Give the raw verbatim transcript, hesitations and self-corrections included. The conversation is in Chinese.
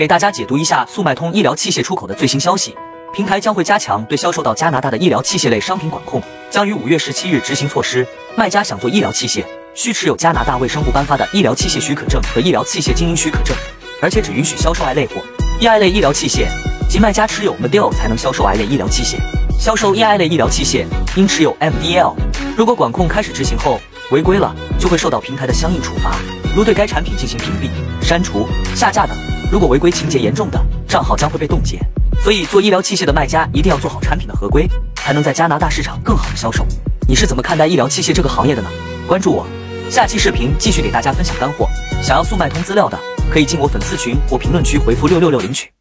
给大家解读一下速卖通医疗器械出口的最新消息。平台将会加强对销售到加拿大的医疗器械类商品管控，将于五月十七日执行措施。卖家想做医疗器械，需持有加拿大卫生部颁发的医疗器械许可证和医疗器械经营许可证，而且只允许销售 I 类货。E I 类医疗器械即卖家持有 M D L 才能销售 I 类医疗器械。销售 E I 类医疗器械应持有 M D L。如果管控开始执行后违规了，就会受到平台的相应处罚，如对该产品进行屏蔽、删除、下架等。如果违规情节严重的，账号将会被冻结。所以做医疗器械的卖家一定要做好产品的合规，才能在加拿大市场更好的销售。你是怎么看待医疗器械这个行业的呢？关注我，下期视频继续给大家分享干货。想要速卖通资料的，可以进我粉丝群或评论区回复六六六领取。